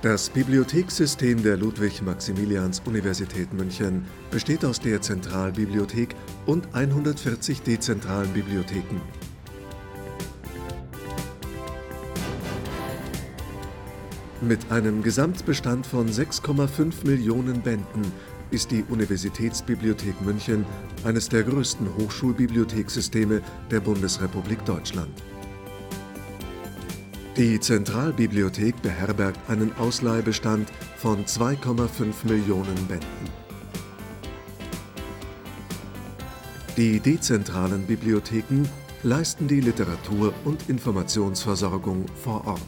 Das Bibliothekssystem der Ludwig-Maximilians-Universität München besteht aus der Zentralbibliothek und 140 dezentralen Bibliotheken. Mit einem Gesamtbestand von 6,5 Millionen Bänden ist die Universitätsbibliothek München eines der größten Hochschulbibliothekssysteme der Bundesrepublik Deutschland. Die Zentralbibliothek beherbergt einen Ausleihbestand von 2,5 Millionen Bänden. Die dezentralen Bibliotheken leisten die Literatur- und Informationsversorgung vor Ort.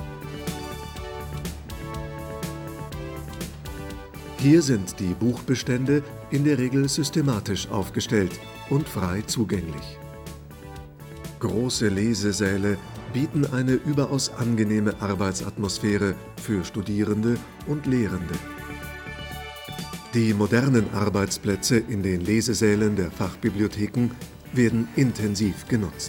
Hier sind die Buchbestände in der Regel systematisch aufgestellt und frei zugänglich. Große Lesesäle bieten eine überaus angenehme Arbeitsatmosphäre für Studierende und Lehrende. Die modernen Arbeitsplätze in den Lesesälen der Fachbibliotheken werden intensiv genutzt.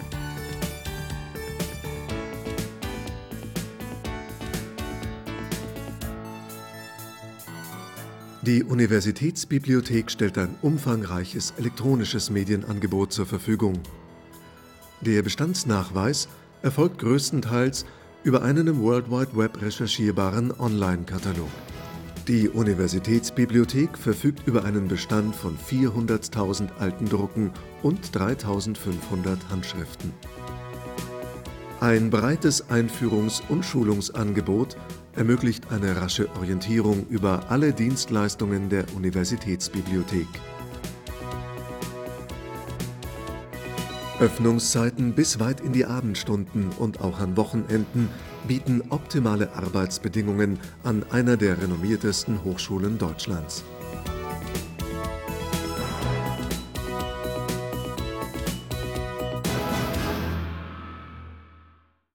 Die Universitätsbibliothek stellt ein umfangreiches elektronisches Medienangebot zur Verfügung. Der Bestandsnachweis erfolgt größtenteils über einen im World Wide Web recherchierbaren Online-Katalog. Die Universitätsbibliothek verfügt über einen Bestand von 400.000 alten Drucken und 3.500 Handschriften. Ein breites Einführungs- und Schulungsangebot ermöglicht eine rasche Orientierung über alle Dienstleistungen der Universitätsbibliothek. Öffnungszeiten bis weit in die Abendstunden und auch an Wochenenden bieten optimale Arbeitsbedingungen an einer der renommiertesten Hochschulen Deutschlands.